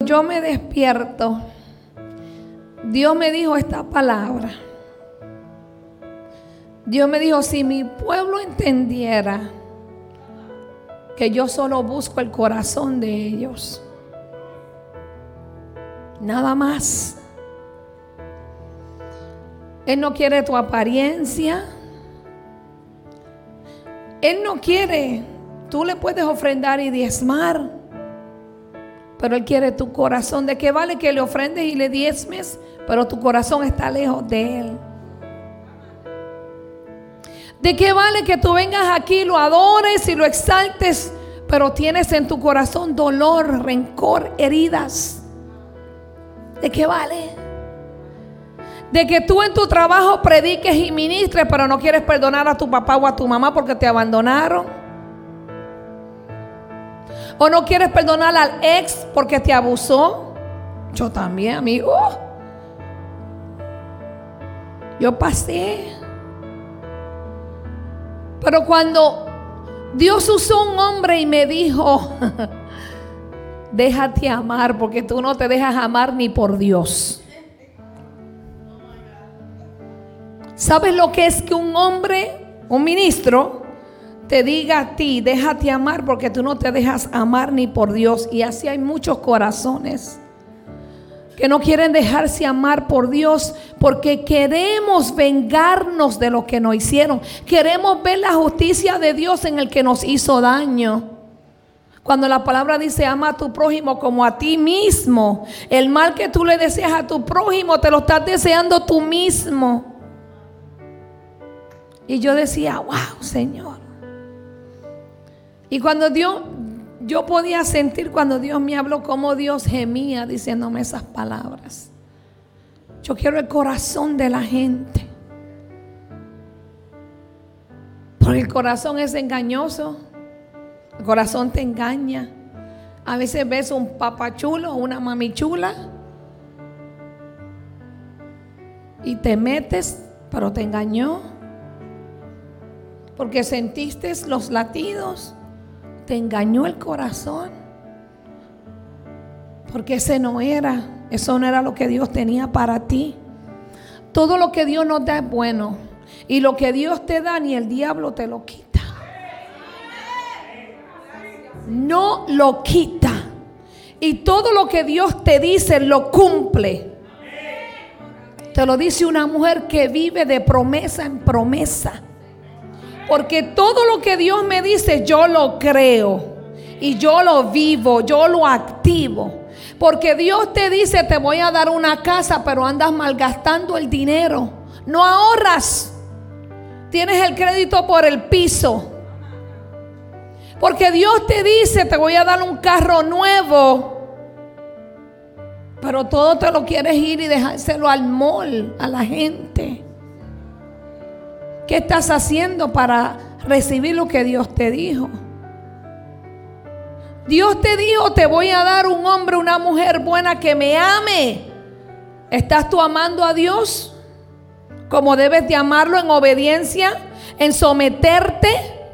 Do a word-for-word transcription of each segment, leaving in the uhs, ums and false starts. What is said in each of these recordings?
yo me despierto, Dios me dijo esta palabra. Dios me dijo, si mi pueblo entendiera que yo solo busco el corazón de ellos, nada más. Él no quiere tu apariencia. Él no quiere, tú le puedes ofrendar y diezmar, pero Él quiere tu corazón. ¿De qué vale que le ofrendes y le diezmes, pero tu corazón está lejos de Él? ¿De qué vale que tú vengas aquí, lo adores y lo exaltes, pero tienes en tu corazón dolor, rencor, heridas? ¿De qué vale? De que tú en tu trabajo prediques y ministres, pero no quieres perdonar a tu papá o a tu mamá porque te abandonaron. O no quieres perdonar al ex porque te abusó. Yo también, amigo. Yo pasé. Pero cuando Dios usó un hombre y me dijo, déjate amar, porque tú no te dejas amar ni por Dios. ¿Sabes lo que es que un hombre, un ministro, te diga a ti, déjate amar, porque tú no te dejas amar ni por Dios? Y así hay muchos corazones que no quieren dejarse amar por Dios, porque queremos vengarnos de lo que nos hicieron. Queremos ver la justicia de Dios en el que nos hizo daño. Cuando la palabra dice, ama a tu prójimo como a ti mismo, el mal que tú le deseas a tu prójimo, te lo estás deseando tú mismo. Y yo decía, wow, Señor. Y cuando Dios, yo podía sentir cuando Dios me habló, como Dios gemía diciéndome esas palabras. Yo quiero el corazón de la gente, porque el corazón es engañoso. El corazón te engaña. A veces ves un papá chulo o una mami chula y te metes, pero te engañó. Porque sentiste los latidos, te engañó el corazón. Porque ese no era, eso no era lo que Dios tenía para ti. Todo lo que Dios nos da es bueno, y lo que Dios te da ni el diablo te lo quita. No lo quita. Y todo lo que Dios te dice lo cumple. Te lo dice una mujer que vive de promesa en promesa. Porque todo lo que Dios me dice, yo lo creo. Y yo lo vivo, yo lo activo. Porque Dios te dice, te voy a dar una casa, pero andas malgastando el dinero. No ahorras. Tienes el crédito por el piso. Porque Dios te dice, te voy a dar un carro nuevo, pero todo te lo quieres ir y dejárselo al mall, a la gente. ¿Qué estás haciendo para recibir lo que Dios te dijo? Dios te dijo, te voy a dar un hombre, una mujer buena que me ame. ¿Estás tú amando a Dios como debes de amarlo, en obediencia, en someterte,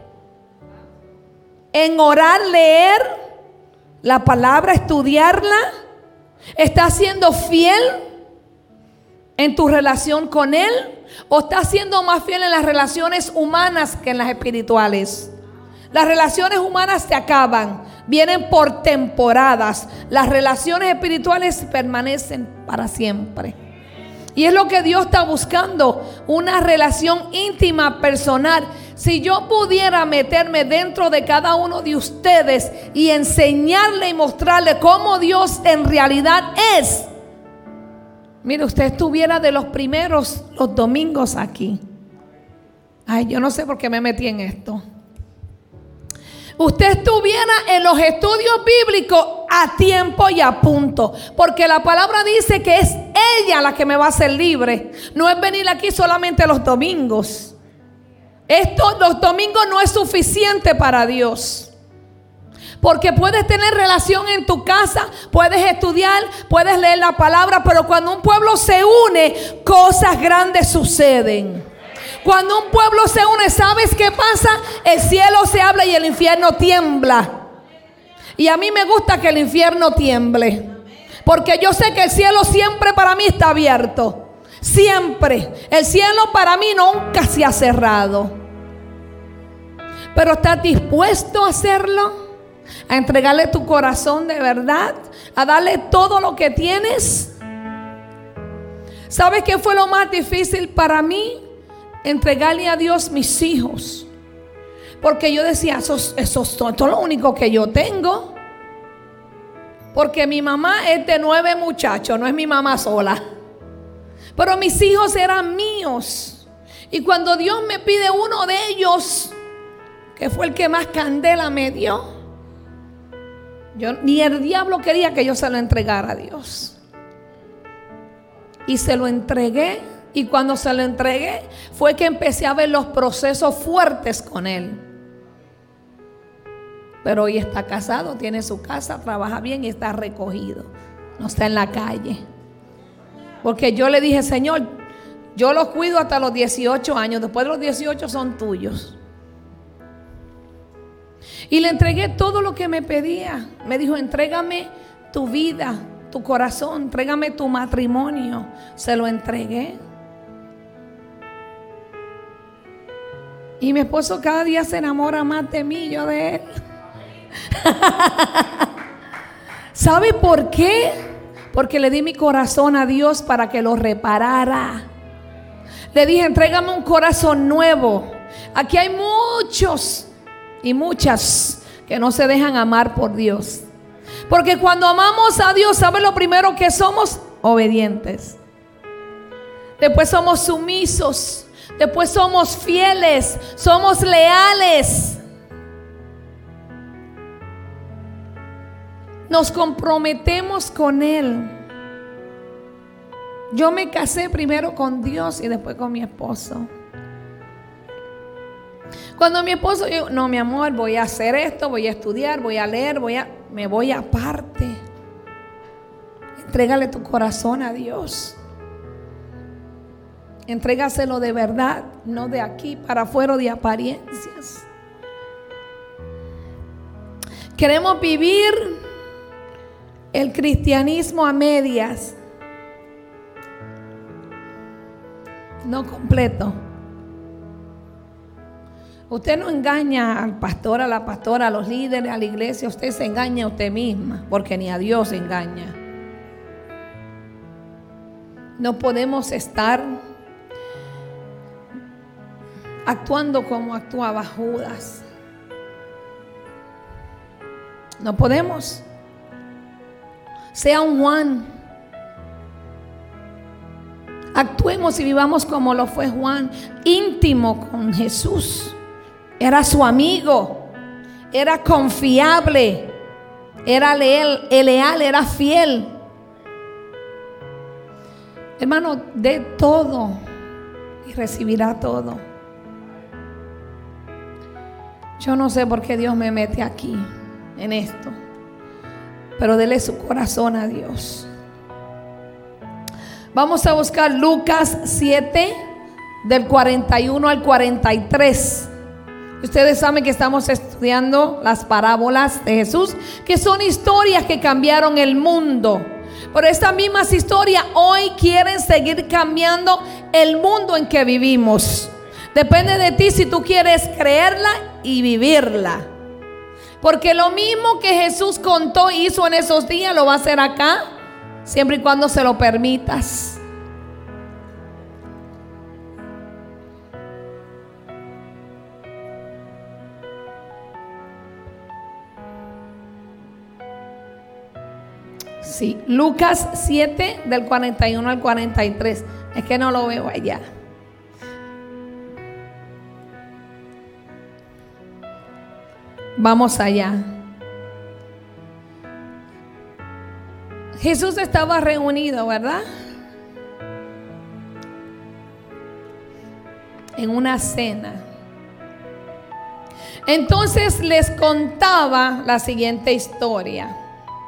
en orar, leer la palabra, estudiarla? ¿Estás siendo fiel en tu relación con Él? ¿O estás siendo más fiel en las relaciones humanas que en las espirituales? Las relaciones humanas se acaban, vienen por temporadas. Las relaciones espirituales permanecen para siempre. Y es lo que Dios está buscando, una relación íntima, personal. Si yo pudiera meterme dentro de cada uno de ustedes y enseñarle y mostrarle cómo Dios en realidad es. Mire, usted estuviera de los primeros los domingos aquí. Ay, yo no sé por qué me metí en esto. Usted estuviera en los estudios bíblicos a tiempo y a punto. Porque la palabra dice que es ella la que me va a hacer libre. No es venir aquí solamente los domingos. Esto, los domingos no es suficiente para Dios. Porque puedes tener relación en tu casa, puedes estudiar, puedes leer la palabra, pero cuando un pueblo se une, cosas grandes suceden. Cuando un pueblo se une, ¿sabes qué pasa? El cielo se habla y el infierno tiembla. Y a mí me gusta que el infierno tiemble. Porque yo sé que el cielo siempre para mí está abierto. Siempre. El cielo para mí nunca se ha cerrado. Pero ¿estás dispuesto a hacerlo? A entregarle tu corazón de verdad, a darle todo lo que tienes. ¿Sabes qué fue lo más difícil para mí? Entregarle a Dios mis hijos. Porque yo decía, eso, eso, eso es lo único que yo tengo. Porque mi mamá es de nueve muchachos, no es mi mamá sola. Pero mis hijos eran míos. Y cuando Dios me pide uno de ellos, que fue el que más candela me dio, yo, ni el diablo quería que yo se lo entregara a Dios. Y se lo entregué. Y cuando se lo entregué, fue que empecé a ver los procesos fuertes con él. Pero hoy está casado, tiene su casa, trabaja bien y está recogido. No está en la calle. Porque yo le dije, Señor, yo los cuido hasta los dieciocho años. Después de los dieciocho son tuyos. Y le entregué todo lo que me pedía. Me dijo, entrégame tu vida, tu corazón, entrégame tu matrimonio. Se lo entregué. Y mi esposo cada día se enamora más de mí, yo de él. ¿Sabe por qué? Porque le di mi corazón a Dios para que lo reparara. Le dije, entrégame un corazón nuevo. Aquí hay muchos y muchas que no se dejan amar por Dios. Porque cuando amamos a Dios, ¿sabe lo primero que somos? Obedientes. Después somos sumisos. Después somos fieles. Somos leales. Nos comprometemos con Él. Yo me casé primero con Dios y después con mi esposo. Cuando mi esposo dijo, no, mi amor, voy a hacer esto, voy a estudiar, voy a leer, voy a, me voy aparte. Entrégale tu corazón a Dios. Entrégaselo de verdad, no de aquí para afuera de apariencias. Queremos vivir el cristianismo a medias, no completo. Usted no engaña al pastor, a la pastora, a los líderes, a la iglesia. Usted se engaña a usted misma, porque ni a Dios se engaña. No podemos estar actuando como actuaba Judas. No podemos. Sea un Juan. Actuemos y vivamos como lo fue Juan, íntimo con Jesús. Era su amigo, era confiable, era leal, leal, era fiel. Hermano, dé todo y recibirá todo. Yo no sé por qué Dios me mete aquí en esto, pero dele su corazón a Dios. Vamos a buscar Lucas siete, del cuarenta y uno al cuarenta y tres. Ustedes saben que estamos estudiando las parábolas de Jesús, que son historias que cambiaron el mundo. Pero estas mismas historias hoy quieren seguir cambiando el mundo en que vivimos. Depende de ti si tú quieres creerla y vivirla. Porque lo mismo que Jesús contó y hizo en esos días, lo va a hacer acá, siempre y cuando se lo permitas. Sí, Lucas siete, del cuarenta y uno al cuarenta y tres. Es que no lo veo allá. Vamos allá. Jesús estaba reunido, ¿verdad? En una cena. Entonces les contaba la siguiente historia.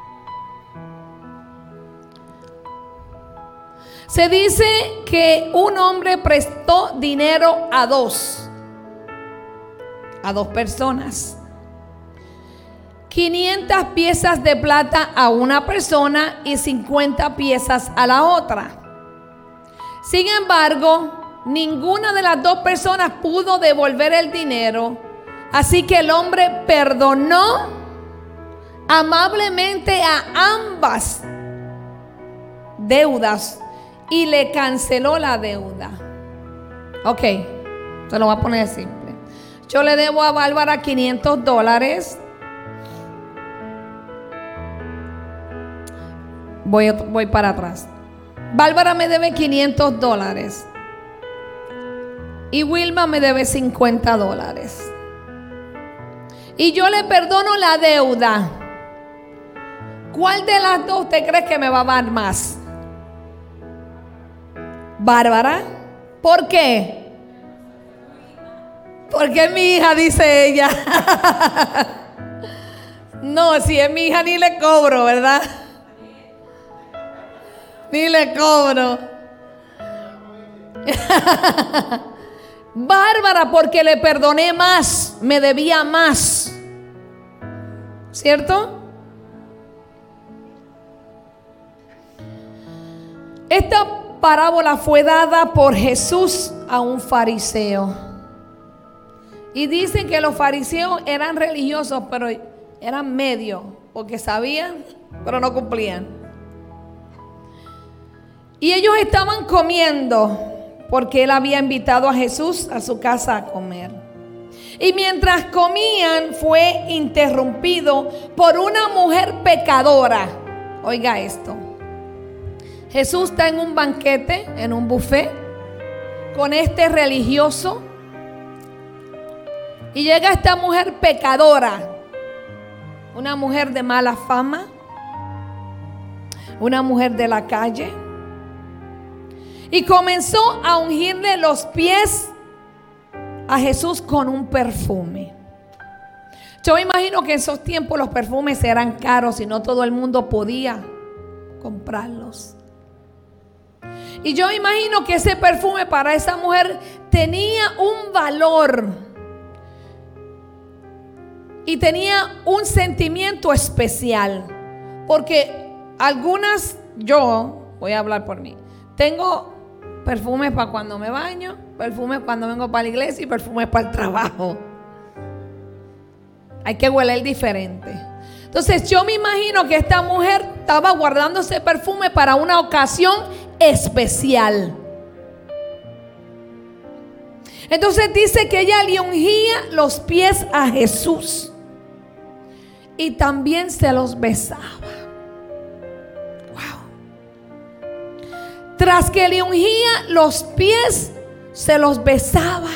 Se dice que un hombre prestó dinero a dos, a dos personas quinientas piezas de plata a una persona y cincuenta piezas a la otra. Sin embargo, ninguna de las dos personas pudo devolver el dinero, así que el hombre perdonó amablemente a ambas deudas y le canceló la deuda. Ok, se lo voy a poner simple. Yo le debo a Bárbara quinientos dólares. Voy, voy para atrás. Bárbara me debe quinientos dólares y Wilma me debe cincuenta dólares. Y yo le perdono la deuda. ¿Cuál de las dos usted cree que me va a dar más? Bárbara. ¿Por qué? Porque es mi hija, dice ella. No, si es mi hija ni le cobro, ¿verdad? Ni le cobro. Bárbara, porque le perdoné más, me debía más. ¿Cierto? Esta parábola fue dada por Jesús a un fariseo. Y dicen que los fariseos eran religiosos, pero eran medios, porque sabían, pero no cumplían. Y ellos estaban comiendo, porque él había invitado a Jesús a su casa a comer. Y mientras comían fue interrumpido por una mujer pecadora. Oiga esto. Jesús está en un banquete, en un buffet, con este religioso. Y llega esta mujer pecadora, una mujer de mala fama, una mujer de la calle. Y comenzó a ungirle los pies a Jesús con un perfume. Yo me imagino que en esos tiempos los perfumes eran caros y no todo el mundo podía comprarlos. Y yo me imagino que ese perfume para esa mujer tenía un valor y tenía un sentimiento especial. Porque algunas, yo voy a hablar por mí, tengo perfumes para cuando me baño, perfumes cuando vengo para la iglesia y perfumes para el trabajo. Hay que hueler diferente. Entonces yo me imagino que esta mujer estaba guardando ese perfume para una ocasión especial. Entonces dice que ella le ungía los pies a Jesús y también se los besaba. Tras que le ungía los pies, se los besaba.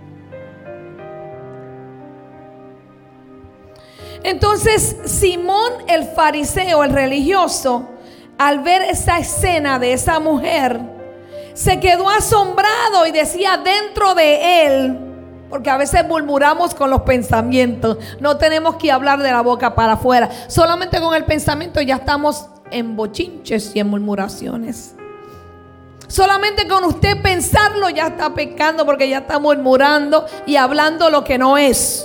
Entonces Simón el fariseo, el religioso, al ver esa escena de esa mujer, se quedó asombrado y decía dentro de él, porque a veces murmuramos con los pensamientos, no tenemos que hablar de la boca para afuera, solamente con el pensamiento ya estamos en bochinches y en murmuraciones. Solamente con usted pensarlo ya está pecando, porque ya está murmurando y hablando lo que no es.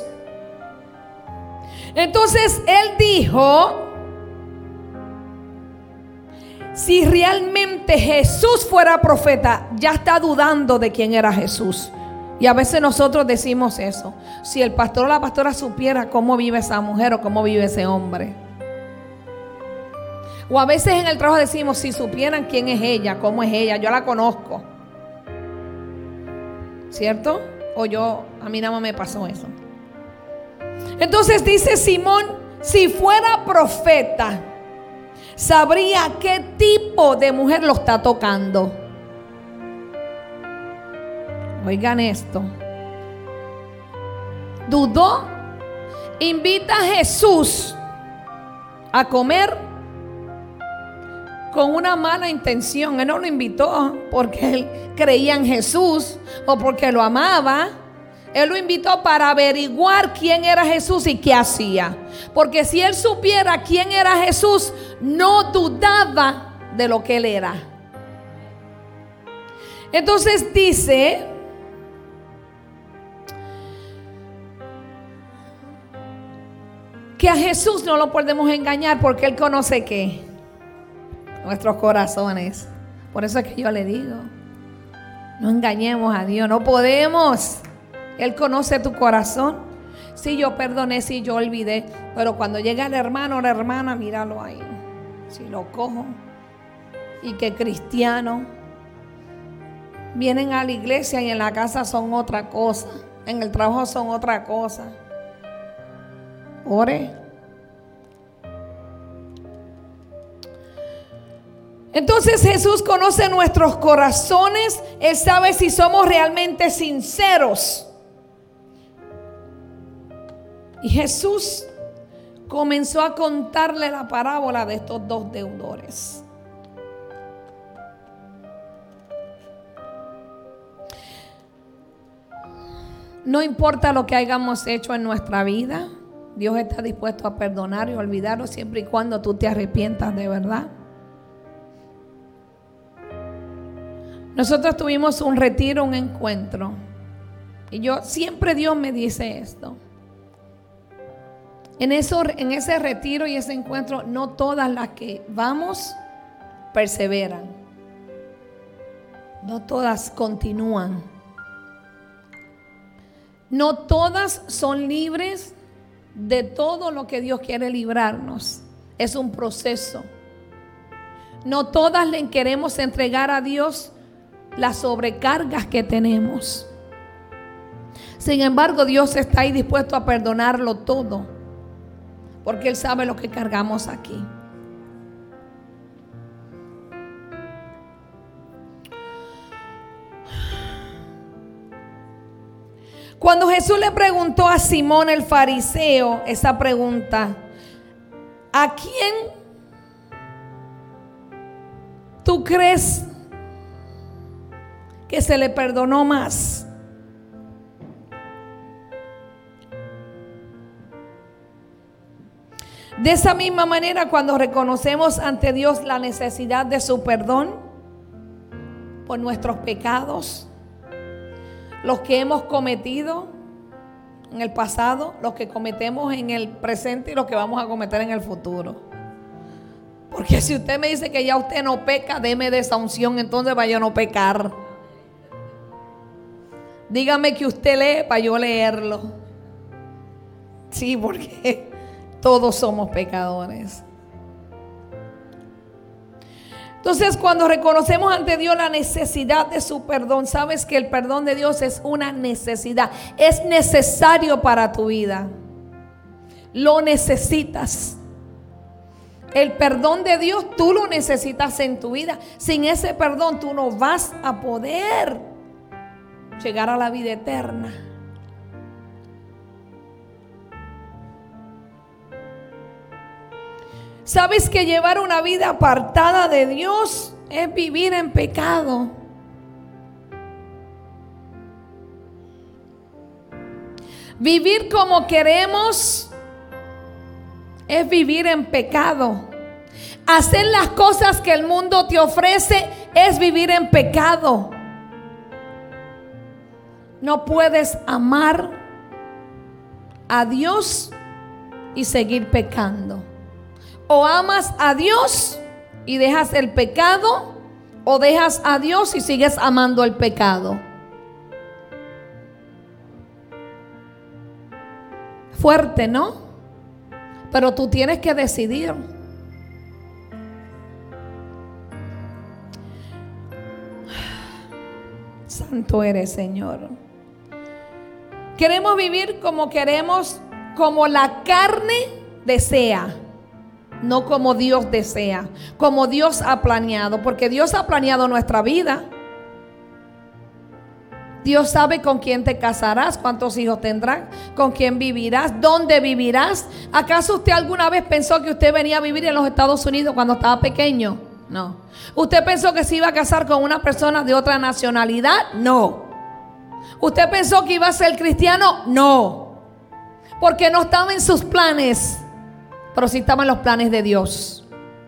Entonces él dijo, si realmente Jesús fuera profeta, ya está dudando de quién era Jesús. Y a veces nosotros decimos eso. Si el pastor o la pastora supiera cómo vive esa mujer o cómo vive ese hombre. O a veces en el trabajo decimos, si supieran quién es ella, cómo es ella, yo la conozco. ¿Cierto? O yo, a mí nada más me pasó eso. Entonces dice Simón, si fuera profeta, sabría qué tipo de mujer lo está tocando. Oigan esto. Dudó, invita a Jesús a comer con una mala intención. Él no lo invitó porque él creía en Jesús o porque lo amaba. Él lo invitó para averiguar quién era Jesús y qué hacía. Porque si él supiera quién era Jesús, no dudaba de lo que él era. Entonces dice, que a Jesús no lo podemos engañar porque Él conoce ¿qué? Nuestros corazones. Por eso es que yo le digo, no engañemos a Dios, no podemos. Él conoce tu corazón. Si yo perdoné, si yo olvidé, pero cuando llega el hermano o la hermana, míralo ahí. Si lo cojo y que cristiano, vienen a la iglesia y en la casa son otra cosa, en el trabajo son otra cosa. Ore. Entonces Jesús conoce nuestros corazones. Él sabe si somos realmente sinceros. Y Jesús comenzó a contarle la parábola de estos dos deudores. No importa lo que hayamos hecho en nuestra vida, Dios está dispuesto a perdonar y olvidarlo siempre y cuando tú te arrepientas de verdad. Nosotros tuvimos un retiro, un encuentro. Y yo, siempre Dios me dice esto. En, eso, en ese retiro y ese encuentro, no todas las que vamos perseveran. No todas continúan. No todas son libres de todo lo que Dios quiere librarnos. Es un proceso. No todas le queremos entregar a Dios las sobrecargas que tenemos. Sin embargo, Dios está ahí dispuesto a perdonarlo todo, porque Él sabe lo que cargamos aquí. Cuando Jesús le preguntó a Simón el fariseo esa pregunta, ¿a quién tú crees que se le perdonó más? De esa misma manera, cuando reconocemos ante Dios la necesidad de su perdón por nuestros pecados, los que hemos cometido en el pasado, los que cometemos en el presente y los que vamos a cometer en el futuro. Porque si usted me dice que ya usted no peca, deme de esa unción, entonces vaya a no pecar. Dígame que usted lee para yo leerlo. Sí, porque todos somos pecadores. Entonces, cuando reconocemos ante Dios la necesidad de su perdón, sabes que el perdón de Dios es una necesidad. Es necesario para tu vida. Lo necesitas. El perdón de Dios tú lo necesitas en tu vida. Sin ese perdón tú no vas a poder llegar a la vida eterna. ¿Sabes que llevar una vida apartada de Dios es vivir en pecado? Vivir como queremos es vivir en pecado. Hacer las cosas que el mundo te ofrece es vivir en pecado. No puedes amar a Dios y seguir pecando. O amas a Dios y dejas el pecado, o dejas a Dios y sigues amando el pecado. Fuerte, ¿no? Pero tú tienes que decidir. Santo eres, Señor. Queremos vivir como queremos, como la carne desea. No como Dios desea, como Dios ha planeado, porque Dios ha planeado nuestra vida. Dios sabe con quién te casarás, cuántos hijos tendrás, con quién vivirás, dónde vivirás. ¿Acaso usted alguna vez pensó que usted venía a vivir en los Estados Unidos cuando estaba pequeño? No. ¿Usted pensó que se iba a casar con una persona de otra nacionalidad? No. ¿Usted pensó que iba a ser cristiano? No. Porque no estaba en sus planes. Pero sí estaban los planes de Dios.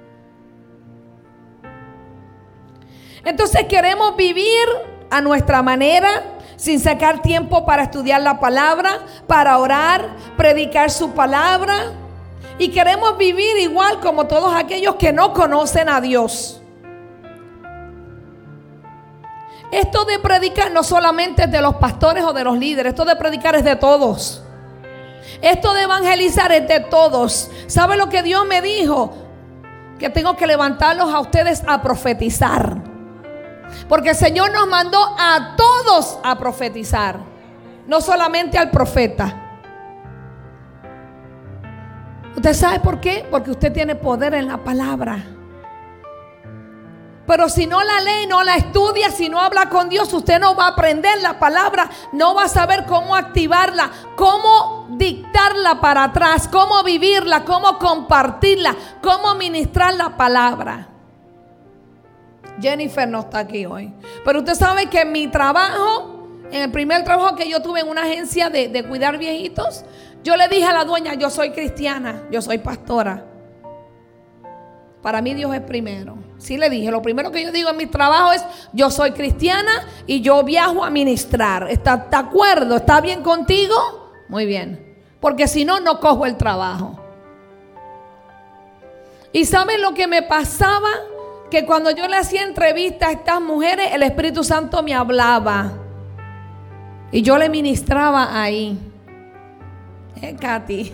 Entonces queremos vivir a nuestra manera, sin sacar tiempo para estudiar la palabra, para orar, predicar su palabra. Y queremos vivir igual como todos aquellos que no conocen a Dios. Esto de predicar no solamente es de los pastores o de los líderes. Esto de predicar es de todos. Esto de evangelizar es de todos. ¿Sabe lo que Dios me dijo? Que tengo que levantarlos a ustedes a profetizar. Porque el Señor nos mandó a todos a profetizar, no solamente al profeta. ¿Usted sabe por qué? Porque usted tiene poder en la palabra. Pero si no la lee, no la estudia, si no habla con Dios, usted no va a aprender la palabra, no va a saber cómo activarla, cómo dictarla para atrás, cómo vivirla, cómo compartirla, cómo ministrar la palabra. Jennifer no está aquí hoy, pero usted sabe que en mi trabajo, en el primer trabajo que yo tuve en una agencia de, de cuidar viejitos, yo le dije a la dueña: yo soy cristiana, yo soy pastora. Para mí Dios es primero. Sí le dije, lo primero que yo digo en mi trabajo es: yo soy cristiana y yo viajo a ministrar. ¿Está de acuerdo? ¿Está bien contigo? Muy bien. Porque si no, no cojo el trabajo. ¿Y saben lo que me pasaba? Que cuando yo le hacía entrevistas a estas mujeres, el Espíritu Santo me hablaba y yo le ministraba ahí. Eh, Katy.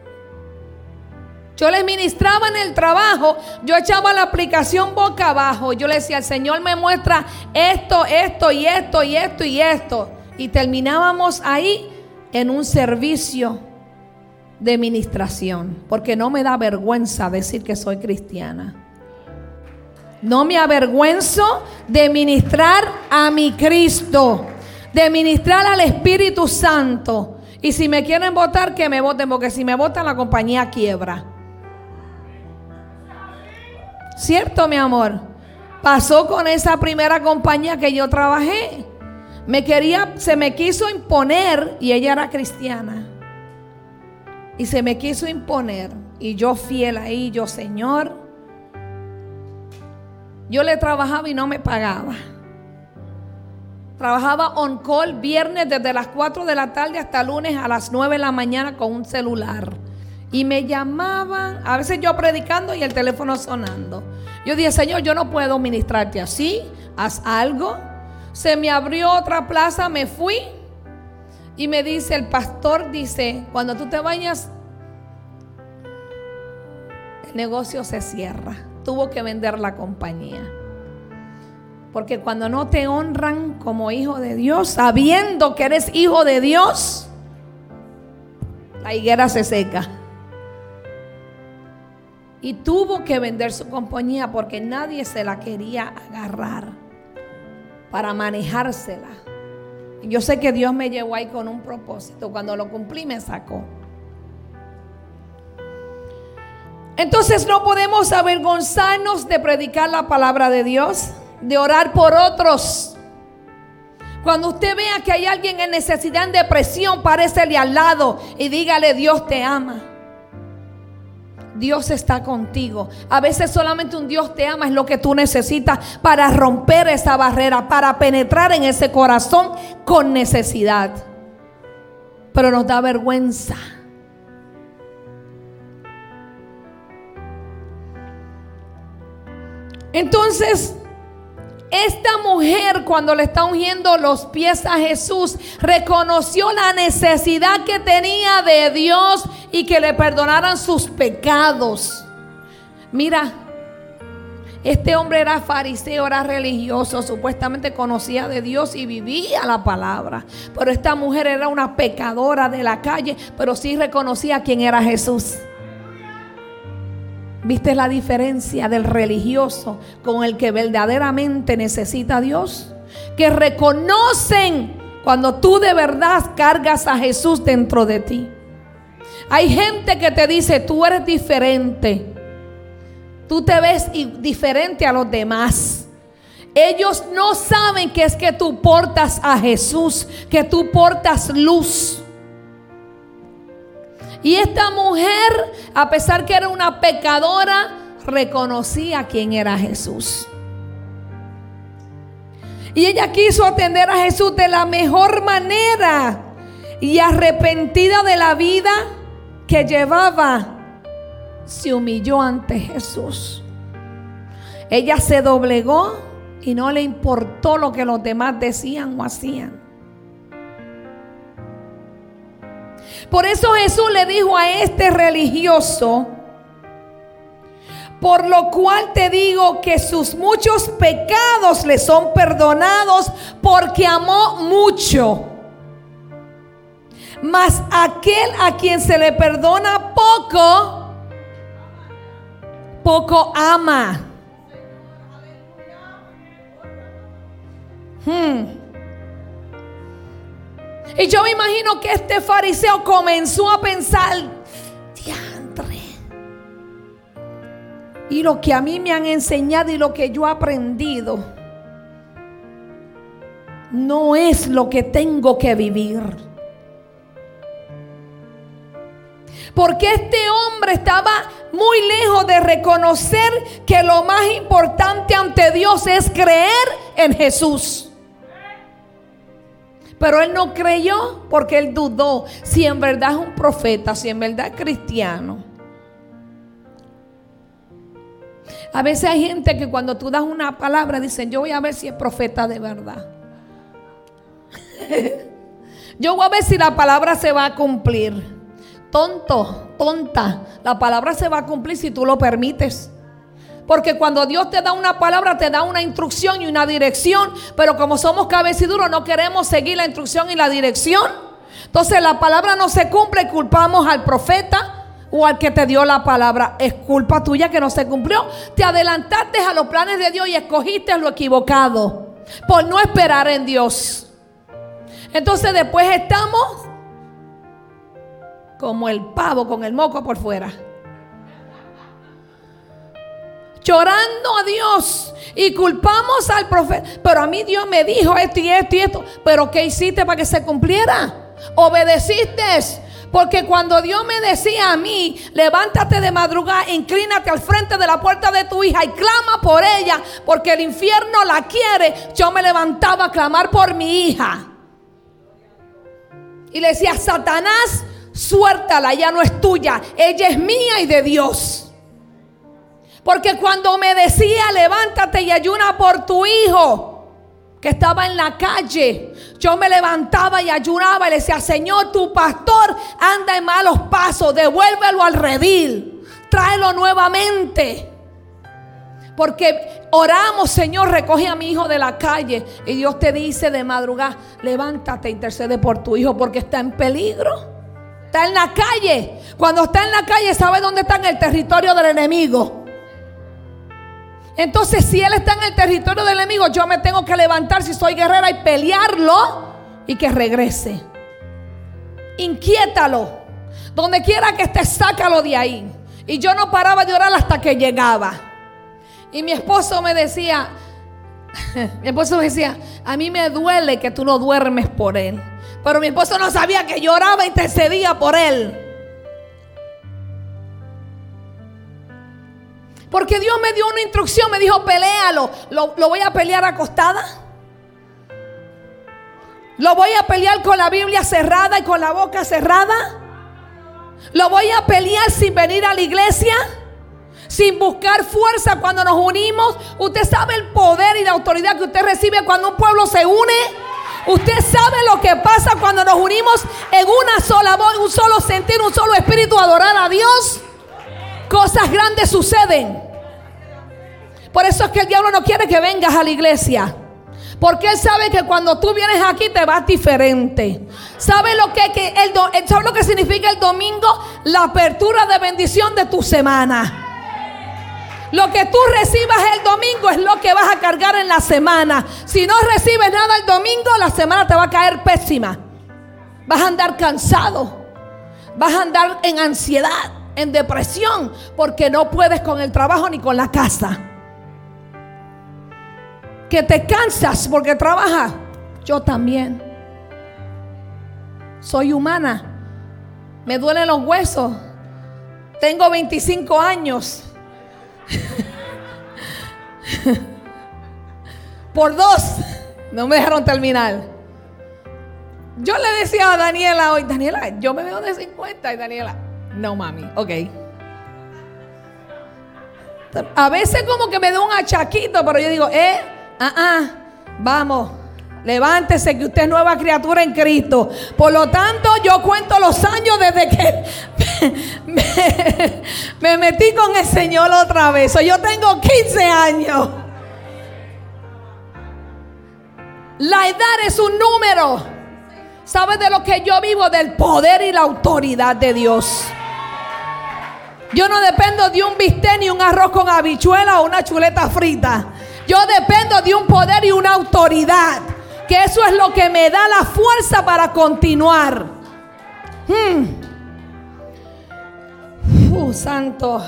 Yo les ministraba en el trabajo, yo echaba la aplicación boca abajo. Yo le decía: el Señor me muestra esto, esto y esto y esto y esto. Y terminábamos ahí en un servicio de ministración. Porque no me da vergüenza decir que soy cristiana. No me avergüenzo de ministrar a mi Cristo, de ministrar al Espíritu Santo. Y si me quieren votar, que me voten, porque si me votan, la compañía quiebra. ¿Cierto, mi amor? Pasó con esa primera compañía que yo trabajé. Me quería, se me quiso imponer, y ella era cristiana. Y se me quiso imponer. Y yo fiel ahí, yo: Señor. Yo le trabajaba y no me pagaba. Trabajaba on call viernes desde las cuatro de la tarde hasta lunes a las nueve de la mañana con un celular. Y me llamaban, a veces yo predicando y el teléfono sonando. Yo dije: Señor, yo no puedo ministrarte así, haz algo. Se me abrió otra plaza, me fui. Y me dice el pastor, dice: cuando tú te vayas, el negocio se cierra. Tuvo que vender la compañía. Porque cuando no te honran como hijo de Dios, sabiendo que eres hijo de Dios, la higuera se seca. Y tuvo que vender su compañía porque nadie se la quería agarrar para manejársela. Y yo sé que Dios me llevó ahí con un propósito. Cuando lo cumplí, me sacó. Entonces no podemos avergonzarnos de predicar la palabra de Dios, de orar por otros. Cuando usted vea que hay alguien en necesidad, en depresión, párésele al lado y dígale: Dios te ama. Dios está contigo. A veces solamente un Dios te ama es lo que tú necesitas para romper esa barrera, para penetrar en ese corazón con necesidad. Pero nos da vergüenza. Entonces, esta mujer, cuando le está ungiendo los pies a Jesús, reconoció la necesidad que tenía de Dios y que le perdonaran sus pecados. Mira, este hombre era fariseo, era religioso, supuestamente conocía de Dios y vivía la palabra. Pero esta mujer era una pecadora de la calle, pero sí reconocía quién era Jesús. ¿Viste la diferencia del religioso con el que verdaderamente necesita a Dios? Que reconocen cuando tú de verdad cargas a Jesús dentro de ti. Hay gente que te dice: tú eres diferente. Tú te ves diferente a los demás. Ellos no saben que es que tú portas a Jesús, que tú portas luz. Y esta mujer, a pesar que era una pecadora, reconocía quién era Jesús. Y ella quiso atender a Jesús de la mejor manera. Y arrepentida de la vida que llevaba, se humilló ante Jesús. Ella se doblegó y no le importó lo que los demás decían o hacían. Por eso Jesús le dijo a este religioso: por lo cual te digo que sus muchos pecados le son perdonados, porque amó mucho. Mas aquel a quien se le perdona poco, poco ama. Hmm. Y yo me imagino que este fariseo comenzó a pensar: diantre, y lo que a mí me han enseñado y lo que yo he aprendido no es lo que tengo que vivir. Porque este hombre estaba muy lejos de reconocer que lo más importante ante Dios es creer en Jesús. Pero él no creyó porque él dudó si en verdad es un profeta, si en verdad es cristiano. A veces hay gente que cuando tú das una palabra dicen: yo voy a ver si es profeta de verdad. Yo voy a ver si la palabra se va a cumplir. Tonto, tonta, la palabra se va a cumplir si tú lo permites. Porque cuando Dios te da una palabra, te da una instrucción y una dirección. Pero como somos cabeciduros, no queremos seguir la instrucción y la dirección. Entonces la palabra no se cumple y culpamos al profeta o al que te dio la palabra. Es culpa tuya que no se cumplió. Te adelantaste a los planes de Dios y escogiste lo equivocado por no esperar en Dios. Entonces después estamos como el pavo con el moco por fuera, llorando a Dios y culpamos al profeta. Pero a mí Dios me dijo esto y esto y esto. Pero ¿qué hiciste para que se cumpliera? ¿Obedeciste? Porque cuando Dios me decía a mí: levántate de madrugada, inclínate al frente de la puerta de tu hija y clama por ella, porque el infierno la quiere, yo me levantaba a clamar por mi hija. Y le decía: Satanás, suéltala, ya no es tuya, ella es mía y de Dios. Porque cuando me decía: levántate y ayuna por tu hijo que estaba en la calle, yo me levantaba y ayunaba y le decía: Señor, tu pastor anda en malos pasos, devuélvelo al redil, tráelo nuevamente. Porque oramos: Señor, recoge a mi hijo de la calle. Y Dios te dice de madrugada: levántate, intercede por tu hijo, porque está en peligro. Está en la calle. Cuando está en la calle, ¿sabe dónde está? En el territorio del enemigo. Entonces, si él está en el territorio del enemigo, yo me tengo que levantar, si soy guerrera, y pelearlo y que regrese. Inquiétalo. Donde quiera que esté, sácalo de ahí. Y yo no paraba de orar hasta que llegaba. Y mi esposo me decía, mi esposo me decía: a mí me duele que tú no duermes por él. Pero mi esposo no sabía que yo oraba e intercedía por él. Porque Dios me dio una instrucción, me dijo: peléalo. ¿Lo, lo voy a pelear acostada? ¿Lo voy a pelear con la Biblia cerrada y con la boca cerrada? ¿Lo voy a pelear sin venir a la iglesia? Sin buscar fuerza cuando nos unimos. Usted sabe el poder y la autoridad que usted recibe cuando un pueblo se une. Usted sabe lo que pasa cuando nos unimos en una sola voz, un solo sentir, un solo espíritu, a adorar a Dios. Cosas grandes suceden. Por eso es que el diablo no quiere que vengas a la iglesia, porque él sabe que cuando tú vienes aquí te vas diferente. ¿Sabe lo que, que el do, ¿sabe lo que significa el domingo? La apertura de bendición de tu semana. Lo que tú recibas el domingo es lo que vas a cargar en la semana. Si no recibes nada el domingo, la semana te va a caer pésima. Vas a andar cansado, vas a andar en ansiedad, en depresión, porque no puedes con el trabajo ni con la casa. Que te cansas porque trabajas. Yo también. Soy humana. Me duelen los huesos. Tengo veinticinco años. Por dos. No me dejaron terminar. Yo le decía a Daniela hoy: Daniela, yo me veo de cincuenta. Y Daniela: no, mami, ok. A veces como que me da un achaquito, pero yo digo, eh, ah, ah, vamos, levántese que usted es nueva criatura en Cristo. Por lo tanto, yo cuento los años desde que me, me, me metí con el Señor otra vez. So, yo tengo quince años. La edad es un número. ¿Sabes de lo que yo vivo? Del poder y la autoridad de Dios. Yo no dependo de un bistec ni un arroz con habichuela o una chuleta frita. Yo dependo de un poder y una autoridad, que eso es lo que me da la fuerza para continuar. Hmm. Uh, santo.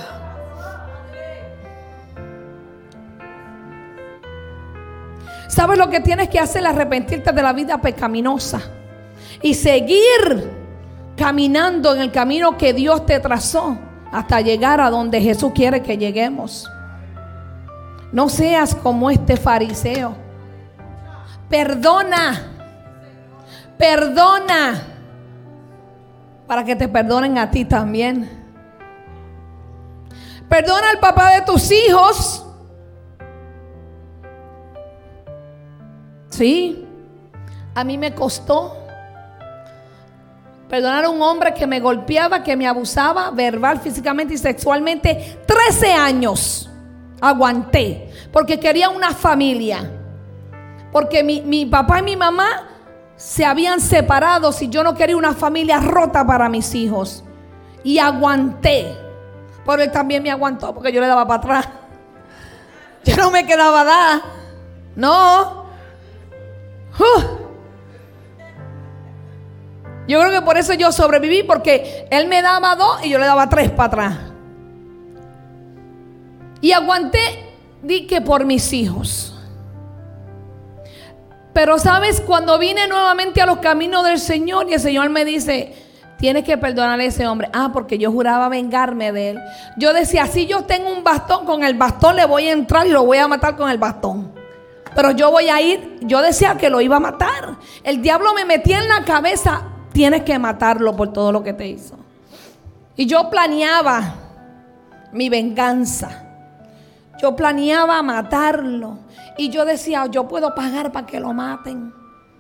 ¿Sabes lo que tienes que hacer? Arrepentirte de la vida pecaminosa y seguir caminando en el camino que Dios te trazó hasta llegar a donde Jesús quiere que lleguemos. No seas como este fariseo. Perdona. Perdona. Para que te perdonen a ti también. Perdona al papá de tus hijos. Sí. A mí me costó perdonar a un hombre que me golpeaba, que me abusaba verbal, físicamente y sexualmente. trece años aguanté porque quería una familia. Porque mi, mi papá y mi mamá se habían separado y yo no quería una familia rota para mis hijos. Y aguanté. Pero él también me aguantó porque yo le daba para atrás. Yo no me quedaba dar. No. Uh. Yo creo que por eso yo sobreviví, porque él me daba dos y yo le daba tres para atrás. Y aguanté, di que por mis hijos. Pero sabes, cuando vine nuevamente a los caminos del Señor y el Señor me dice, tienes que perdonar a ese hombre. Ah, porque yo juraba vengarme de él. Yo decía, si yo tengo un bastón, con el bastón le voy a entrar y lo voy a matar con el bastón. Pero yo voy a ir, yo decía que lo iba a matar. El diablo me metía en la cabeza, tienes que matarlo por todo lo que te hizo. Y yo planeaba mi venganza. Yo planeaba matarlo. Y yo decía, yo puedo pagar para que lo maten.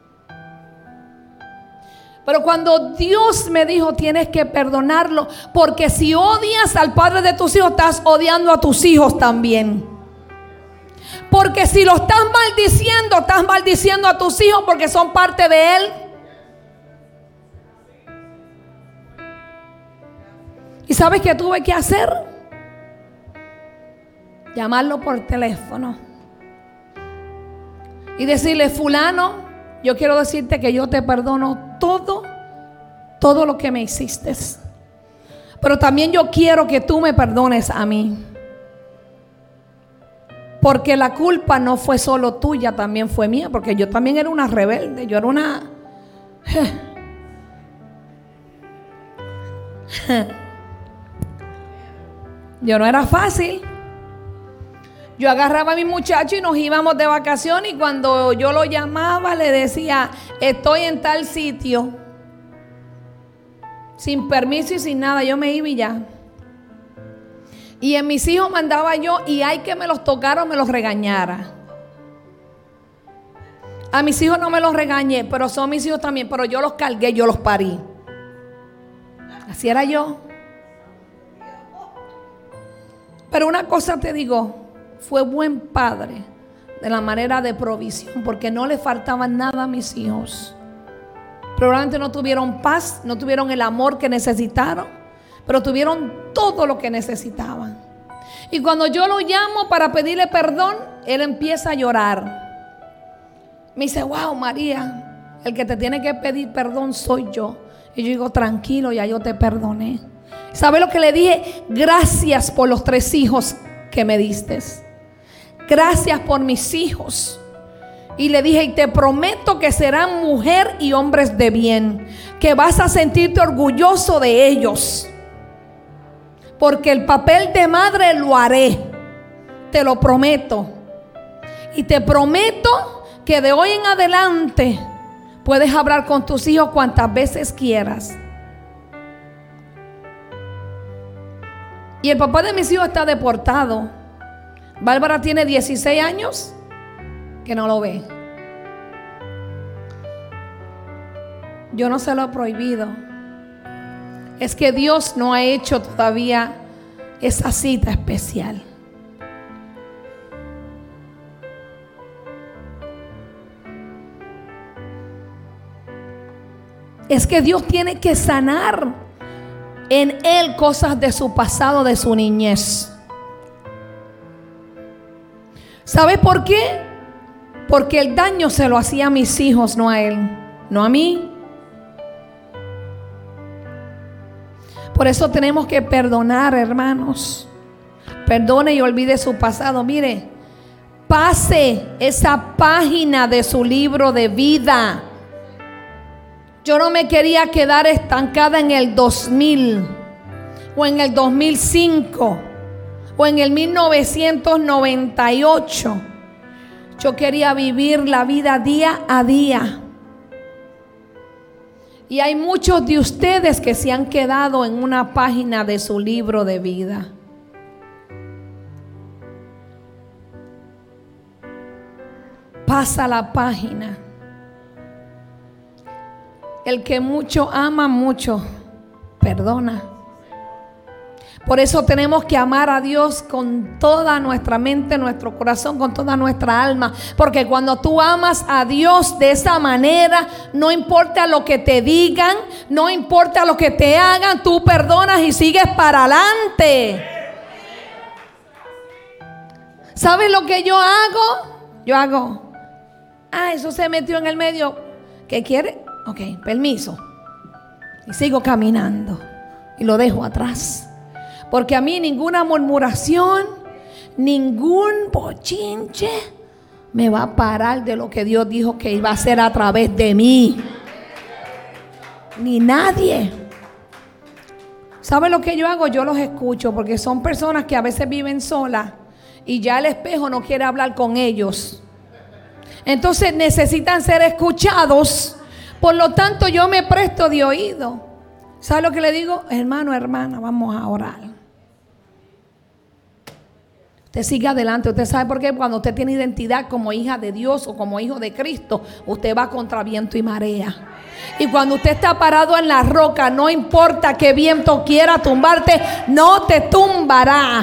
Pero cuando Dios me dijo, tienes que perdonarlo, porque si odias al padre de tus hijos, estás odiando a tus hijos también. Porque si lo estás maldiciendo, estás maldiciendo a tus hijos porque son parte de él. ¿Y sabes qué tuve que hacer? Llamarlo por teléfono y decirle, fulano, yo quiero decirte que yo te perdono todo, todo lo que me hiciste. Pero también yo quiero que tú me perdones a mí. Porque la culpa no fue solo tuya, también fue mía. Porque yo también era una rebelde. Yo era una... Yo no era fácil. Yo agarraba a mi muchacho y nos íbamos de vacaciones. Y cuando yo lo llamaba le decía, estoy en tal sitio. Sin permiso y sin nada. Yo me iba y ya. Y en mis hijos mandaba yo, y hay que me los tocara o me los regañara. A mis hijos no me los regañé, pero son mis hijos también. Pero yo los cargué, yo los parí. Así era yo. Pero una cosa te digo, fue buen padre de la manera de provisión, porque no le faltaba nada a mis hijos. Probablemente no tuvieron paz, no tuvieron el amor que necesitaron, pero tuvieron todo lo que necesitaban. Y cuando yo lo llamo para pedirle perdón, él empieza a llorar. Me dice, wow, María, el que te tiene que pedir perdón soy yo. Y yo digo, tranquilo, ya yo te perdoné. ¿Sabe lo que le dije? Gracias por los tres hijos que me diste. Gracias por mis hijos. Y le dije, y te prometo que serán mujer y hombres de bien, que vas a sentirte orgulloso de ellos. Porque el papel de madre lo haré. Te lo prometo. Y te prometo que de hoy en adelante puedes hablar con tus hijos cuantas veces quieras. Y el papá de mis hijos está deportado. Bárbara tiene dieciséis años que no lo ve. Yo no se lo he prohibido. Es que Dios no ha hecho todavía esa cita especial. Es que Dios tiene que sanar en él cosas de su pasado, de su niñez. ¿Sabe por qué? Porque el daño se lo hacía a mis hijos, no a él, no a mí. Por eso tenemos que perdonar, hermanos. Perdone y olvide su pasado. Mire, pase esa página de su libro de vida. Yo no me quería quedar estancada en el dos mil o en el dos mil cinco o en el mil novecientos noventa y ocho. Yo quería vivir la vida día a día. Y hay muchos de ustedes que se han quedado en una página de su libro de vida. Pasa la página. El que mucho ama, mucho perdona. Por eso tenemos que amar a Dios con toda nuestra mente, nuestro corazón, con toda nuestra alma. Porque cuando tú amas a Dios de esa manera, no importa lo que te digan, no importa lo que te hagan, tú perdonas y sigues para adelante. ¿Sabes lo que yo hago? Yo hago, ah, eso se metió en el medio. ¿Qué quiere? Ok, permiso. Y sigo caminando y lo dejo atrás. Porque a mí ninguna murmuración, ningún bochinche me va a parar de lo que Dios dijo que iba a hacer a través de mí. Ni nadie. ¿Sabe lo que yo hago? Yo los escucho, porque son personas que a veces viven solas y ya el espejo no quiere hablar con ellos. Entonces necesitan ser escuchados. Por lo tanto, yo me presto de oído. ¿Sabe lo que le digo? Hermano, hermana, vamos a orar. Usted sigue adelante. Usted sabe por qué. Cuando usted tiene identidad como hija de Dios o como hijo de Cristo, usted va contra viento y marea. Y cuando usted está parado en la roca, no importa qué viento quiera tumbarte, no te tumbará.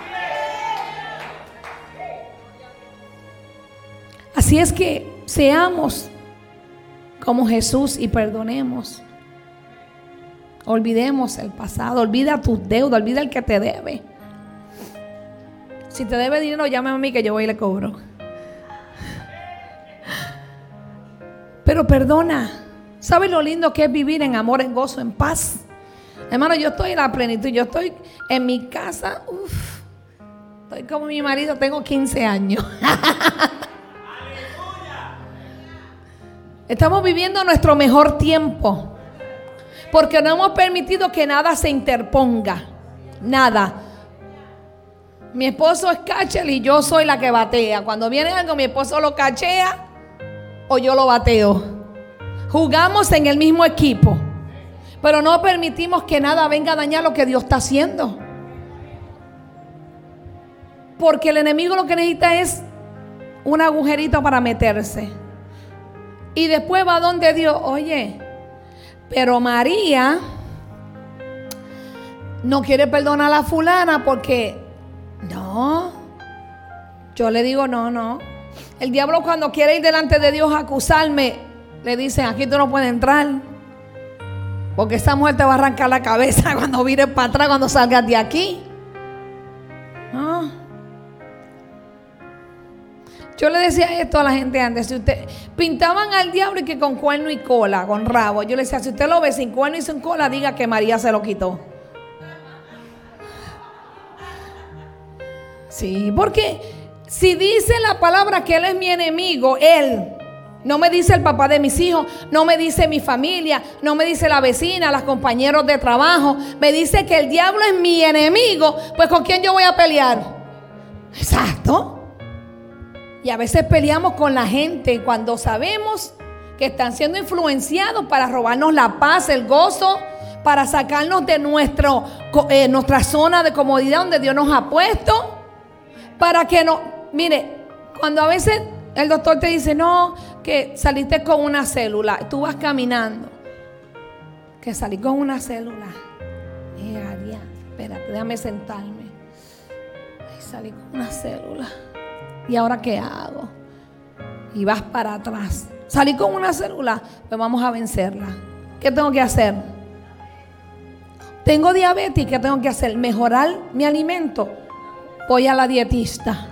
Así es que seamos como Jesús y perdonemos. Olvidemos el pasado. Olvida tus deudas. Olvida el que te debe. Si te debe dinero, llámame a mí que yo voy y le cobro. Pero perdona. ¿Sabes lo lindo que es vivir en amor, en gozo, en paz? Hermano, yo estoy en la plenitud. Yo estoy en mi casa. Uf, estoy como mi marido. Tengo quince años. Estamos viviendo nuestro mejor tiempo. Porque no hemos permitido que nada se interponga. Nada. Mi esposo es catcher y yo soy la que batea. Cuando viene algo, mi esposo lo cachea o yo lo bateo. Jugamos en el mismo equipo. Pero no permitimos que nada venga a dañar lo que Dios está haciendo. Porque el enemigo lo que necesita es un agujerito para meterse. Y después va donde Dios. Oye, pero María no quiere perdonar a la fulana porque no. Yo le digo no, no. El diablo cuando quiere ir delante de Dios a acusarme, le dicen aquí tú no puedes entrar. Porque esa mujer te va a arrancar la cabeza cuando vires para atrás, cuando salgas de aquí. No. Yo le decía esto a la gente antes. Si usted pintaban al diablo y que con cuerno y cola, con rabo. Yo le decía, si usted lo ve sin cuerno y sin cola, diga que María se lo quitó. Sí, porque si dice la palabra que él es mi enemigo, él no me dice el papá de mis hijos, no me dice mi familia, no me dice la vecina, los compañeros de trabajo, me dice que el diablo es mi enemigo, pues ¿con quién yo voy a pelear? Exacto. Y a veces peleamos con la gente cuando sabemos que están siendo influenciados para robarnos la paz, el gozo, para sacarnos de nuestro, eh, nuestra zona de comodidad donde Dios nos ha puesto. Para que no, mire, cuando a veces el doctor te dice, no, que saliste con una célula, tú vas caminando, que salí con una célula. Eh, Dios, espérate, déjame sentarme. Ay, salí con una célula. ¿Y ahora qué hago? Y vas para atrás. Salí con una célula, pues vamos a vencerla. ¿Qué tengo que hacer? Tengo diabetes, ¿qué tengo que hacer? Mejorar mi alimento. Voy a la dietista.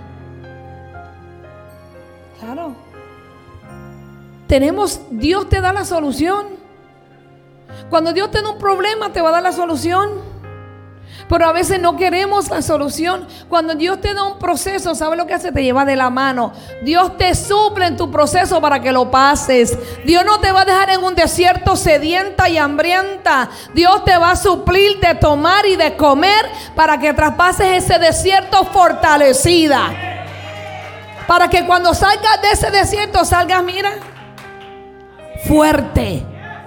Claro. Tenemos, Dios te da la solución. Cuando Dios te da un problema, te va a dar la solución. Pero a veces no queremos la solución. Cuando Dios te da un proceso, ¿sabe lo que hace? Te lleva de la mano. Dios te suple en tu proceso para que lo pases. Dios no te va a dejar en un desierto sedienta y hambrienta. Dios te va a suplir de tomar y de comer para que traspases ese desierto fortalecida. Para que cuando salgas de ese desierto salgas, mira, fuerte.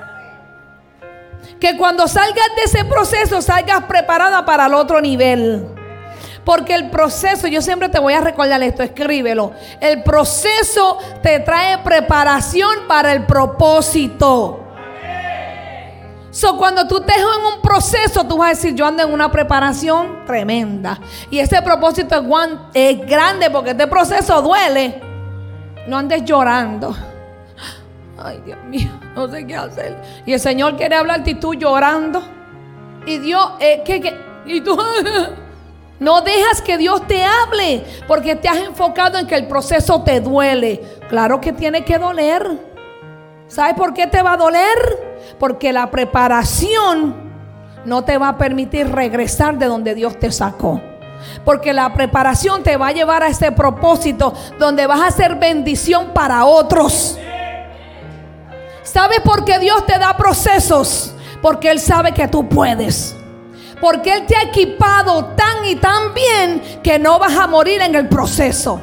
Que cuando salgas de ese proceso salgas preparada para el otro nivel. Porque el proceso, yo siempre te voy a recordar esto, escríbelo. El proceso te trae preparación para el propósito. So, cuando tú estés en un proceso, tú vas a decir, yo ando en una preparación tremenda. Y ese propósito es, guan, es grande porque este proceso duele. No andes llorando. Ay, Dios mío, no sé qué hacer. Y el Señor quiere hablarte y tú llorando. Y Dios, eh, ¿qué, qué? Y tú no dejas que Dios te hable porque te has enfocado en que el proceso te duele. Claro que tiene que doler. ¿Sabes por qué te va a doler? Porque la preparación no te va a permitir regresar de donde Dios te sacó. Porque la preparación te va a llevar a ese propósito donde vas a ser bendición para otros. ¿Sabes por qué Dios te da procesos? Porque Él sabe que tú puedes. Porque Él te ha equipado tan y tan bien que no vas a morir en el proceso.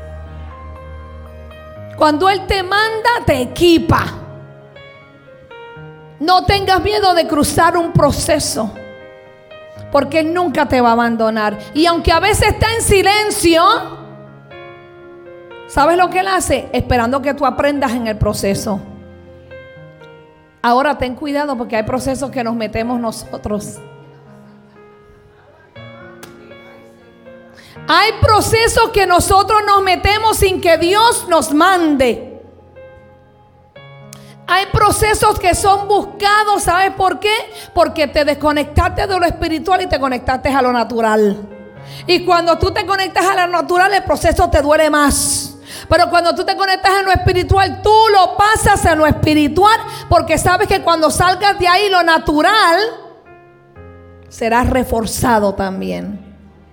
Cuando Él te manda, te equipa. No tengas miedo de cruzar un proceso, porque Él nunca te va a abandonar. Y aunque a veces está en silencio, ¿sabes lo que Él hace? Esperando que tú aprendas en el proceso. Ahora ten cuidado porque hay procesos que nos metemos nosotros. Hay procesos que nosotros nos metemos sin que Dios nos mande. Hay procesos que son buscados, ¿sabes por qué? Porque te desconectaste de lo espiritual y te conectaste a lo natural. Y cuando tú te conectas a lo natural, el proceso te duele más. Pero cuando tú te conectas a lo espiritual, tú lo pasas a lo espiritual, porque sabes que cuando salgas de ahí, lo natural serás reforzado también.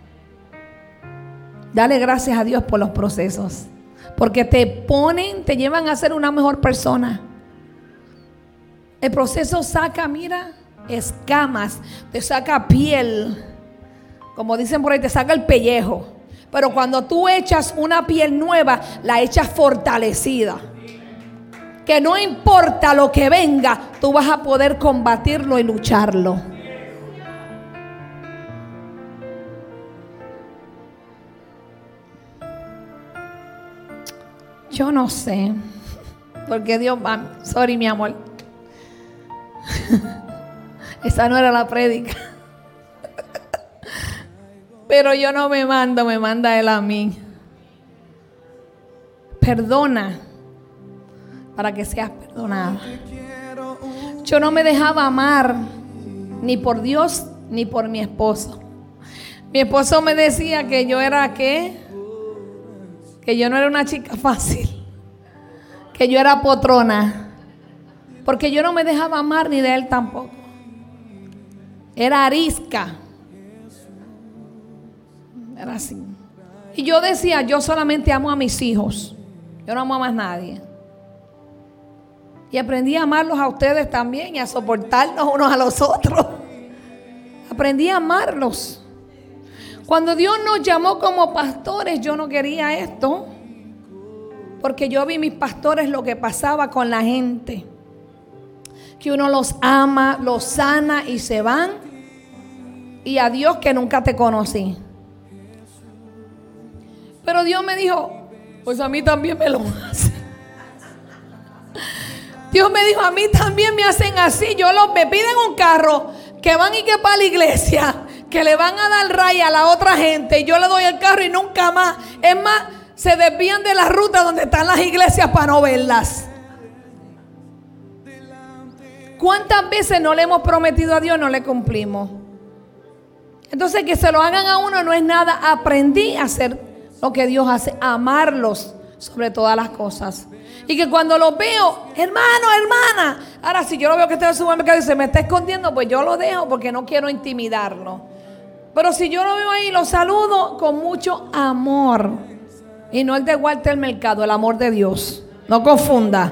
Dale gracias a Dios por los procesos, porque te ponen, te llevan a ser una mejor persona. El proceso saca, mira, escamas, te saca piel, como dicen por ahí, te saca el pellejo. Pero cuando tú echas una piel nueva, la echas fortalecida. Que no importa lo que venga, tú vas a poder combatirlo y lucharlo. Yo no sé, porque Dios va, sorry mi amor. Esa no era la prédica. Pero yo no me mando, me manda Él a mí. Perdona para que seas perdonada. Yo no me dejaba amar ni por Dios ni por mi esposo. Mi esposo me decía que yo era ¿qué? Que yo no era una chica fácil, que yo era potrona, porque yo no me dejaba amar ni de él tampoco. Era arisca. Era así. Y yo decía, yo solamente amo a mis hijos. Yo no amo a más nadie. Y aprendí a amarlos a ustedes también y a soportarnos unos a los otros. Aprendí a amarlos. Cuando Dios nos llamó como pastores, yo no quería esto. Porque yo vi mis pastores lo que pasaba con la gente. Que uno los ama, los sana y se van. Y a Dios que nunca te conocí. Pero Dios me dijo, pues a mí también me lo hacen. Dios me dijo, a mí también me hacen así. Yo los, me piden un carro que van y que para la iglesia, que le van a dar raya a la otra gente. Y yo le doy el carro y nunca más. Es más, se desvían de la ruta donde están las iglesias para no verlas. ¿Cuántas veces no le hemos prometido a Dios, no le cumplimos? Entonces que se lo hagan a uno no es nada. Aprendí a hacer lo que Dios hace, amarlos sobre todas las cosas. Y que cuando los veo, hermano, hermana, ahora si yo lo veo que está en el supermercado y se me está escondiendo, pues yo lo dejo porque no quiero intimidarlo. Pero si yo lo veo ahí, lo saludo con mucho amor. Y no el de Walter Mercado, el amor de Dios. No confunda.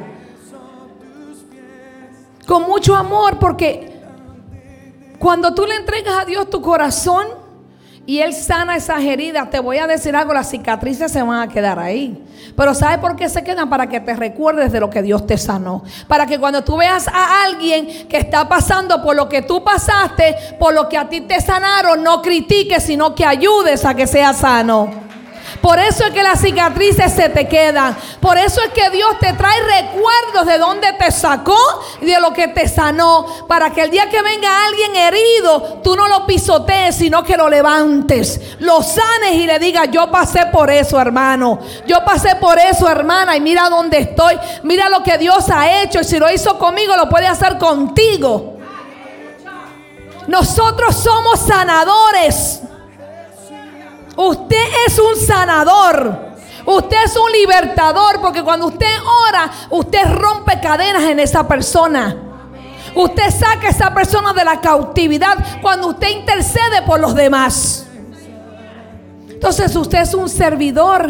Con mucho amor, porque cuando tú le entregas a Dios tu corazón y Él sana esas heridas, te voy a decir algo, las cicatrices se van a quedar ahí. Pero ¿sabes por qué se quedan? Para que te recuerdes de lo que Dios te sanó. Para que cuando tú veas a alguien que está pasando por lo que tú pasaste, por lo que a ti te sanaron, no critiques, sino que ayudes a que sea sano. Por eso es que las cicatrices se te quedan. Por eso es que Dios te trae recuerdos de dónde te sacó y de lo que te sanó. Para que el día que venga alguien herido, tú no lo pisotees, sino que lo levantes, lo sanes y le digas: yo pasé por eso, hermano. Yo pasé por eso, hermana. Y mira dónde estoy. Mira lo que Dios ha hecho. Y si lo hizo conmigo, lo puede hacer contigo. Nosotros somos sanadores. Usted es un sanador. Usted es un libertador. Porque cuando usted ora, usted rompe cadenas en esa persona. Usted saca a esa persona de la cautividad cuando usted intercede por los demás. Entonces usted es un servidor.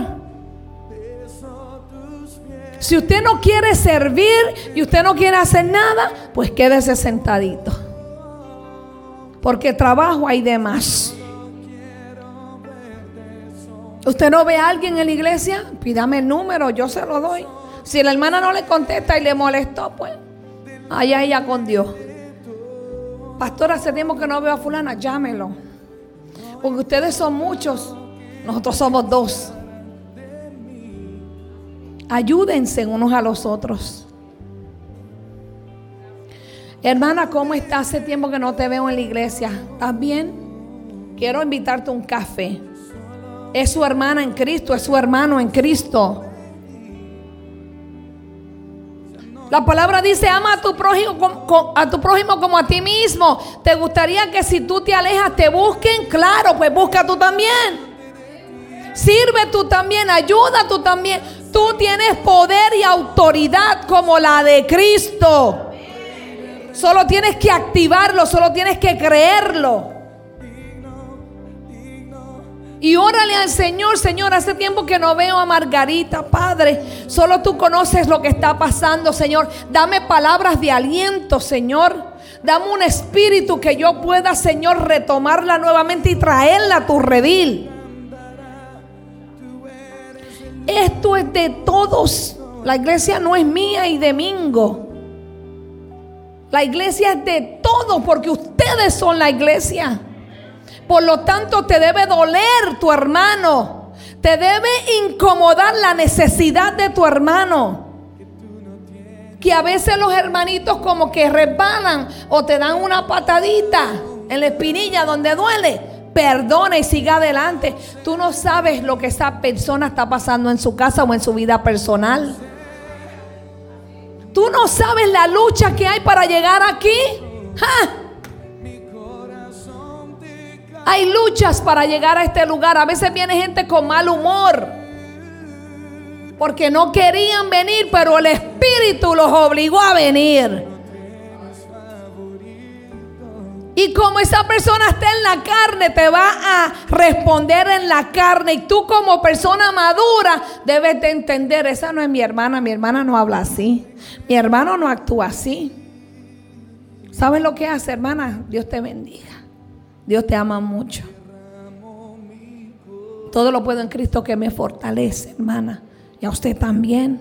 Si usted no quiere servir y usted no quiere hacer nada, pues quédese sentadito. Porque trabajo hay de más. Usted no ve a alguien en la iglesia, pídame el número, yo se lo doy. Si la hermana no le contesta y le molestó, pues allá ella con Dios. Pastor, hace tiempo que no veo a fulana, llámelo. Porque ustedes son muchos, nosotros somos dos. Ayúdense unos a los otros. Hermana, ¿cómo estás? Hace tiempo que no te veo en la iglesia. ¿Estás bien? Quiero invitarte a un café. Es su hermana en Cristo, es su hermano en Cristo. La palabra dice: ama a tu prójimo, a tu prójimo como a ti mismo. ¿Te gustaría que si tú te alejas te busquen? Claro, pues busca tú también. Sirve tú también, ayuda tú también. Tú tienes poder y autoridad como la de Cristo. Solo tienes que activarlo, solo tienes que creerlo. Y órale al Señor: Señor, hace tiempo que no veo a Margarita, Padre. Solo tú conoces lo que está pasando, Señor. Dame palabras de aliento, Señor. Dame un espíritu que yo pueda, Señor, retomarla nuevamente y traerla a tu redil. Esto es de todos. La iglesia no es mía y de Mingo. La iglesia es de todos, porque ustedes son la iglesia. Por lo tanto, te debe doler tu hermano. Te debe incomodar la necesidad de tu hermano. Que a veces los hermanitos como que resbalan o te dan una patadita en la espinilla donde duele. Perdona y siga adelante. Tú no sabes lo que esa persona está pasando en su casa o en su vida personal. Tú no sabes la lucha que hay para llegar aquí. ¡Ja! Hay luchas para llegar a este lugar. A veces viene gente con mal humor porque no querían venir, pero el Espíritu los obligó a venir. Y como esa persona está en la carne, te va a responder en la carne. Y tú, como persona madura, debes de entender: esa no es mi hermana. Mi hermana no habla así. Mi hermano no actúa así. ¿Sabes lo que hace, hermana? Dios te bendiga. Dios te ama mucho. Todo lo puedo en Cristo que me fortalece, hermana. Y a usted también.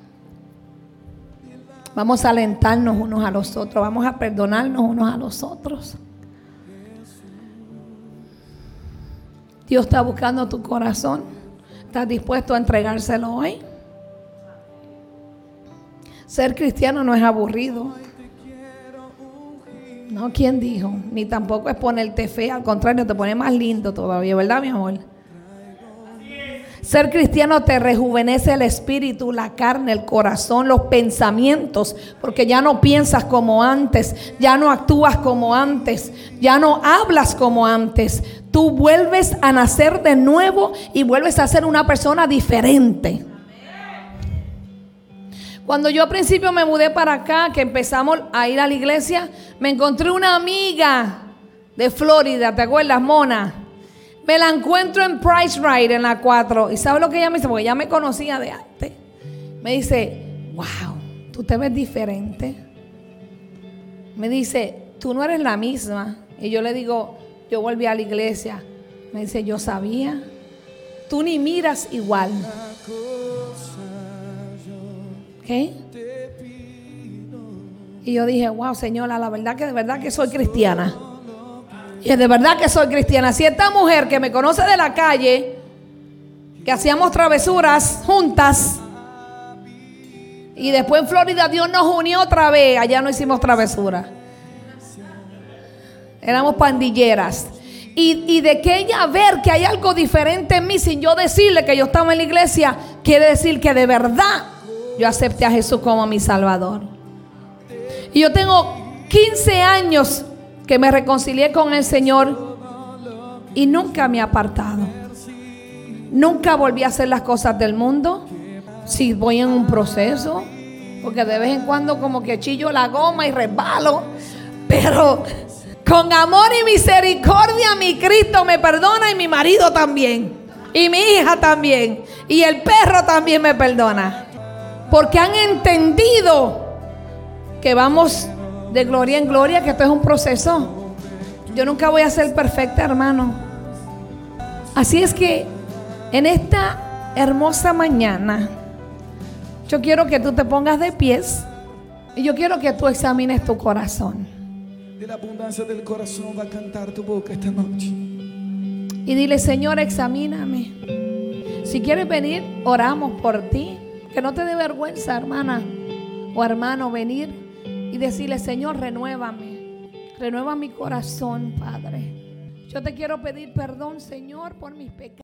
Vamos a alentarnos unos a los otros. Vamos a perdonarnos unos a los otros. Dios está buscando tu corazón. ¿Estás dispuesto a entregárselo hoy? Ser cristiano no es aburrido. No, ¿quién dijo? Ni tampoco es ponerte fea, al contrario, te pone más lindo todavía, ¿verdad, mi amor? Ser cristiano te rejuvenece el espíritu, la carne, el corazón, los pensamientos, porque ya no piensas como antes, ya no actúas como antes, ya no hablas como antes. Tú vuelves a nacer de nuevo y vuelves a ser una persona diferente. Cuando yo al principio me mudé para acá, que empezamos a ir a la iglesia, me encontré una amiga de Florida, ¿te acuerdas, Mona? Me la encuentro en Price Ride, en la cuatro. ¿Y sabes lo que ella me dice? Porque ella me conocía de antes. Me dice, wow, tú te ves diferente. Me dice, tú no eres la misma. Y yo le digo, yo volví a la iglesia. Me dice, yo sabía. Tú ni miras igual. ¿Ok? Y yo dije, wow, señora, la verdad que de verdad que soy cristiana. Y de verdad que soy cristiana. Si esta mujer que me conoce de la calle, que hacíamos travesuras juntas, y después en Florida Dios nos unió otra vez, allá no hicimos travesuras, éramos pandilleras. Y, y de que ella ver que hay algo diferente en mí, sin yo decirle que yo estaba en la iglesia, quiere decir que de verdad yo acepté a Jesús como mi Salvador. Y yo tengo quince años que me reconcilié con el Señor y nunca me he apartado. Nunca volví a hacer las cosas del mundo. Si voy en un proceso, porque de vez en cuando como que chillo la goma y resbalo, pero con amor y misericordia mi Cristo me perdona, y mi marido también, y mi hija también, y el perro también me perdona, porque han entendido que vamos de gloria en gloria, que esto es un proceso. Yo nunca voy a ser perfecta, hermano. Así es que en esta hermosa mañana yo quiero que tú te pongas de pies y yo quiero que tú examines tu corazón. De la abundancia del corazón va a cantar tu boca esta noche. Y dile, Señor, examíname. Si quieres venir, oramos por ti. Que no te dé vergüenza, hermana o hermano, venir y decirle, Señor, renuévame, renueva mi corazón, Padre. Yo te quiero pedir perdón, Señor, por mis pecados.